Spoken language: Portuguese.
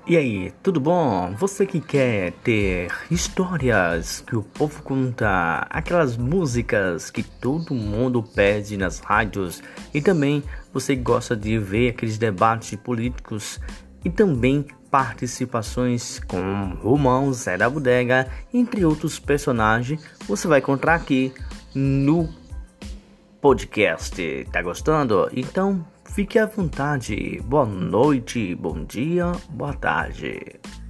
E aí, tudo bom? Você que quer ter histórias que o povo conta, aquelas músicas que todo mundo pede nas rádios, e também você gosta de ver aqueles debates políticos e também participações com Romão, Zé da Bodega, entre outros personagens, você vai encontrar aqui no podcast. Tá gostando? Então fique à vontade. Boa noite, bom dia, boa tarde.